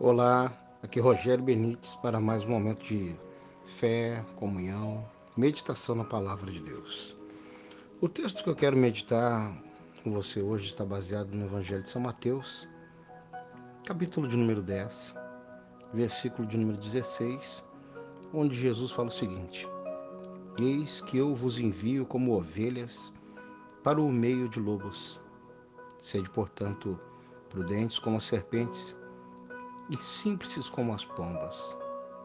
Olá, aqui é Rogério Benites para mais um momento de fé, comunhão, meditação na Palavra de Deus. O texto que eu quero meditar com você hoje está baseado no Evangelho de São Mateus, capítulo de número 10, versículo de número 16, onde Jesus fala o seguinte: Eis que eu vos envio como ovelhas para o meio de lobos. Sede, portanto, prudentes como as serpentes e simples como as pombas.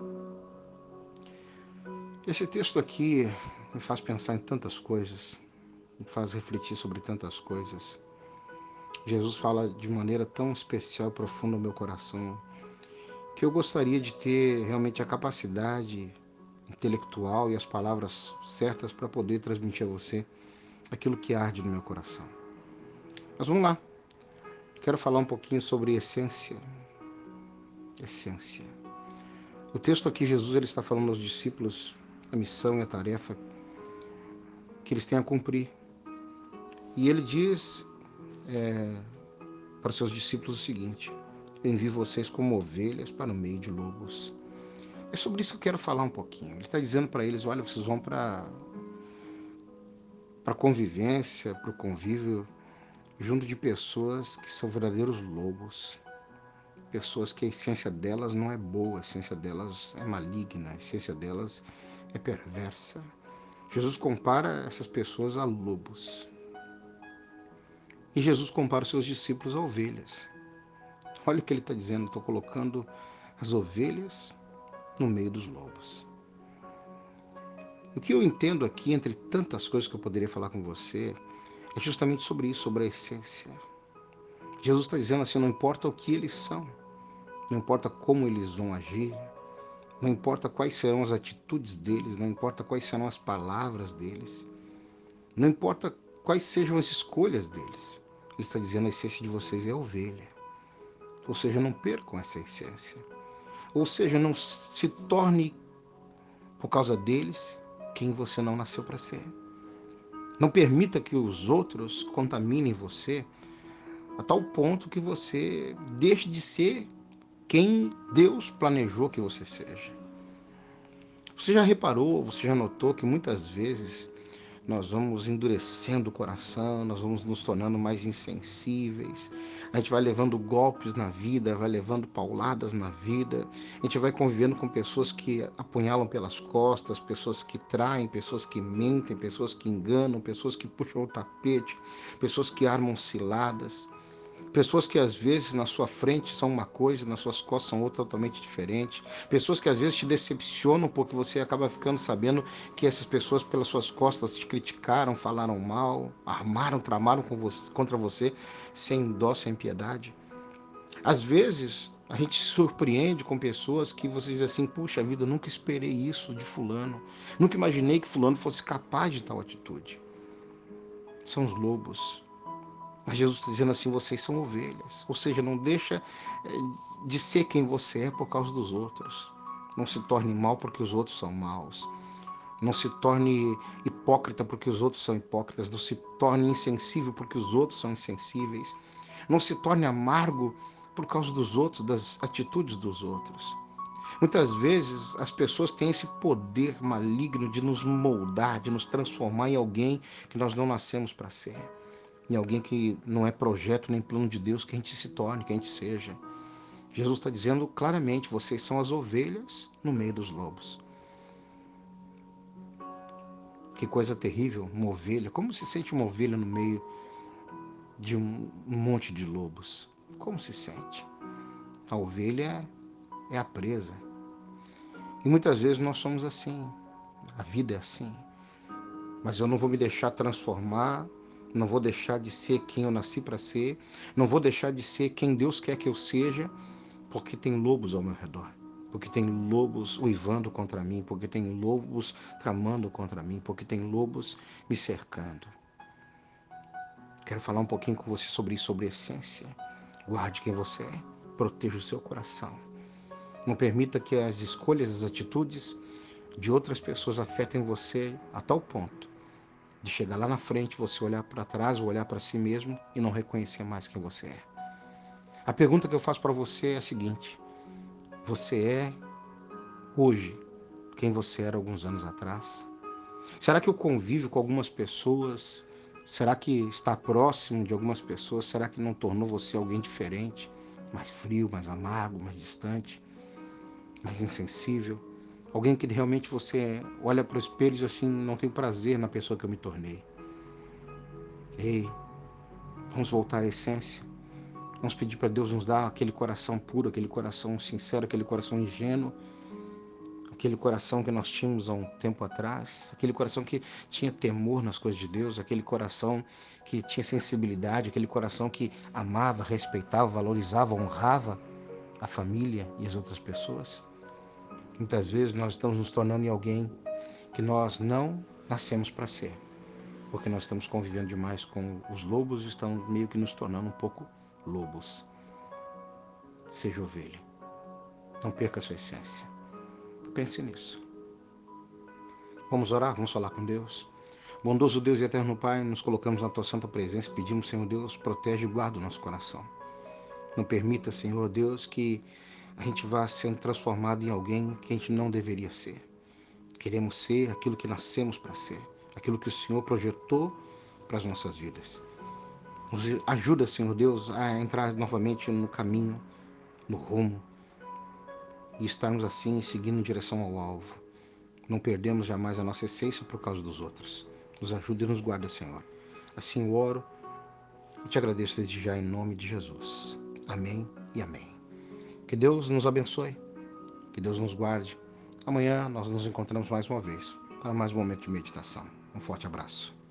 Esse texto aqui me faz pensar em tantas coisas, me faz refletir sobre tantas coisas. Jesus fala de maneira tão especial e profunda no meu coração, que eu gostaria de ter realmente a capacidade intelectual e as palavras certas para poder transmitir a você aquilo que arde no meu coração. Mas vamos lá. Quero falar um pouquinho sobre essência. Essência. O texto aqui, Jesus ele está falando aos discípulos a missão e a tarefa que eles têm a cumprir. E ele diz para os seus discípulos o seguinte: envio vocês como ovelhas para o meio de lobos. É sobre isso que eu quero falar um pouquinho. Ele está dizendo para eles: olha, vocês vão para a convivência, para o convívio, junto de pessoas que são verdadeiros lobos. Pessoas que a essência delas não é boa, a essência delas é maligna, a essência delas é perversa. Jesus compara essas pessoas a lobos. E Jesus compara os seus discípulos a ovelhas. Olha o que ele está dizendo: estou colocando as ovelhas no meio dos lobos. O que eu entendo aqui, entre tantas coisas que eu poderia falar com você, é justamente sobre isso, sobre a essência. Jesus está dizendo assim: não importa o que eles são, não importa como eles vão agir, não importa quais serão as atitudes deles, não importa quais serão as palavras deles, não importa quais sejam as escolhas deles. Ele está dizendo: a essência de vocês é ovelha. Ou seja, não percam essa essência. Ou seja, não se torne, por causa deles, quem você não nasceu para ser. Não permita que os outros contaminem você a tal ponto que você deixe de ser quem Deus planejou que você seja. Você já reparou, você já notou que muitas vezes nós vamos endurecendo o coração, nós vamos nos tornando mais insensíveis, a gente vai levando golpes na vida, vai levando pauladas na vida, a gente vai convivendo com pessoas que apunhalam pelas costas, pessoas que traem, pessoas que mentem, pessoas que enganam, pessoas que puxam o tapete, pessoas que armam ciladas. Pessoas que às vezes na sua frente são uma coisa, nas suas costas são outra totalmente diferente. Pessoas que às vezes te decepcionam porque você acaba ficando sabendo que essas pessoas pelas suas costas te criticaram, falaram mal, armaram, tramaram contra você sem dó, sem piedade. Às vezes a gente se surpreende com pessoas que você diz assim: puxa vida, eu nunca esperei isso de fulano. Nunca imaginei que fulano fosse capaz de tal atitude. São os lobos. Mas Jesus está dizendo assim: vocês são ovelhas. Ou seja, não deixa de ser quem você é por causa dos outros. Não se torne mal porque os outros são maus. Não se torne hipócrita porque os outros são hipócritas. Não se torne insensível porque os outros são insensíveis. Não se torne amargo por causa dos outros, das atitudes dos outros. Muitas vezes as pessoas têm esse poder maligno de nos moldar, de nos transformar em alguém que nós não nascemos para ser. Em alguém que não é projeto nem plano de Deus que a gente se torne, que a gente seja. Jesus está dizendo claramente: vocês são as ovelhas no meio dos lobos. Que coisa terrível, uma ovelha. Como se sente uma ovelha no meio de um monte de lobos? Como se sente? A ovelha é a presa. E muitas vezes nós somos assim. A vida é assim. Mas eu não vou me deixar transformar, não vou deixar de ser quem eu nasci para ser, não vou deixar de ser quem Deus quer que eu seja, porque tem lobos ao meu redor, porque tem lobos uivando contra mim, porque tem lobos tramando contra mim, porque tem lobos me cercando. Quero falar um pouquinho com você sobre isso, sobre essência. Guarde quem você é, proteja o seu coração. Não permita que as escolhas, as atitudes de outras pessoas afetem você a tal ponto de chegar lá na frente, você olhar para trás ou olhar para si mesmo e não reconhecer mais quem você é. A pergunta que eu faço para você é a seguinte: Você é hoje quem você era alguns anos atrás? Será que o convívio com algumas pessoas, será que estar próximo de algumas pessoas, será que não tornou você alguém diferente? Mais frio, mais amargo, mais distante, mais insensível? Alguém que realmente você olha para o espelho e diz assim, não tenho prazer na pessoa que eu me tornei. Ei, vamos voltar à essência. Vamos pedir para Deus nos dar aquele coração puro, aquele coração sincero, aquele coração ingênuo, aquele coração que nós tínhamos há um tempo atrás, aquele coração que tinha temor nas coisas de Deus, aquele coração que tinha sensibilidade, aquele coração que amava, respeitava, valorizava, honrava a família e as outras pessoas. Muitas vezes nós estamos nos tornando em alguém que nós não nascemos para ser, porque nós estamos convivendo demais com os lobos e estamos meio que nos tornando um pouco lobos. Seja ovelha. Não perca a sua essência. Pense nisso. Vamos orar, vamos falar com Deus. Bondoso Deus e eterno Pai, nos colocamos na Tua santa presença e pedimos, Senhor Deus, protege e guarda o nosso coração. Não permita, Senhor Deus, que a gente vá sendo transformado em alguém que a gente não deveria ser. Queremos ser aquilo que nascemos para ser, aquilo que o Senhor projetou para as nossas vidas. Nos ajuda, Senhor Deus, a entrar novamente no caminho, no rumo, e estarmos assim seguindo em direção ao alvo. Não perdemos jamais a nossa essência por causa dos outros. Nos ajuda e nos guarda, Senhor. Assim eu oro e te agradeço desde já em nome de Jesus. Amém e amém. Que Deus nos abençoe, que Deus nos guarde. Amanhã nós nos encontramos mais uma vez para mais um momento de meditação. Um forte abraço.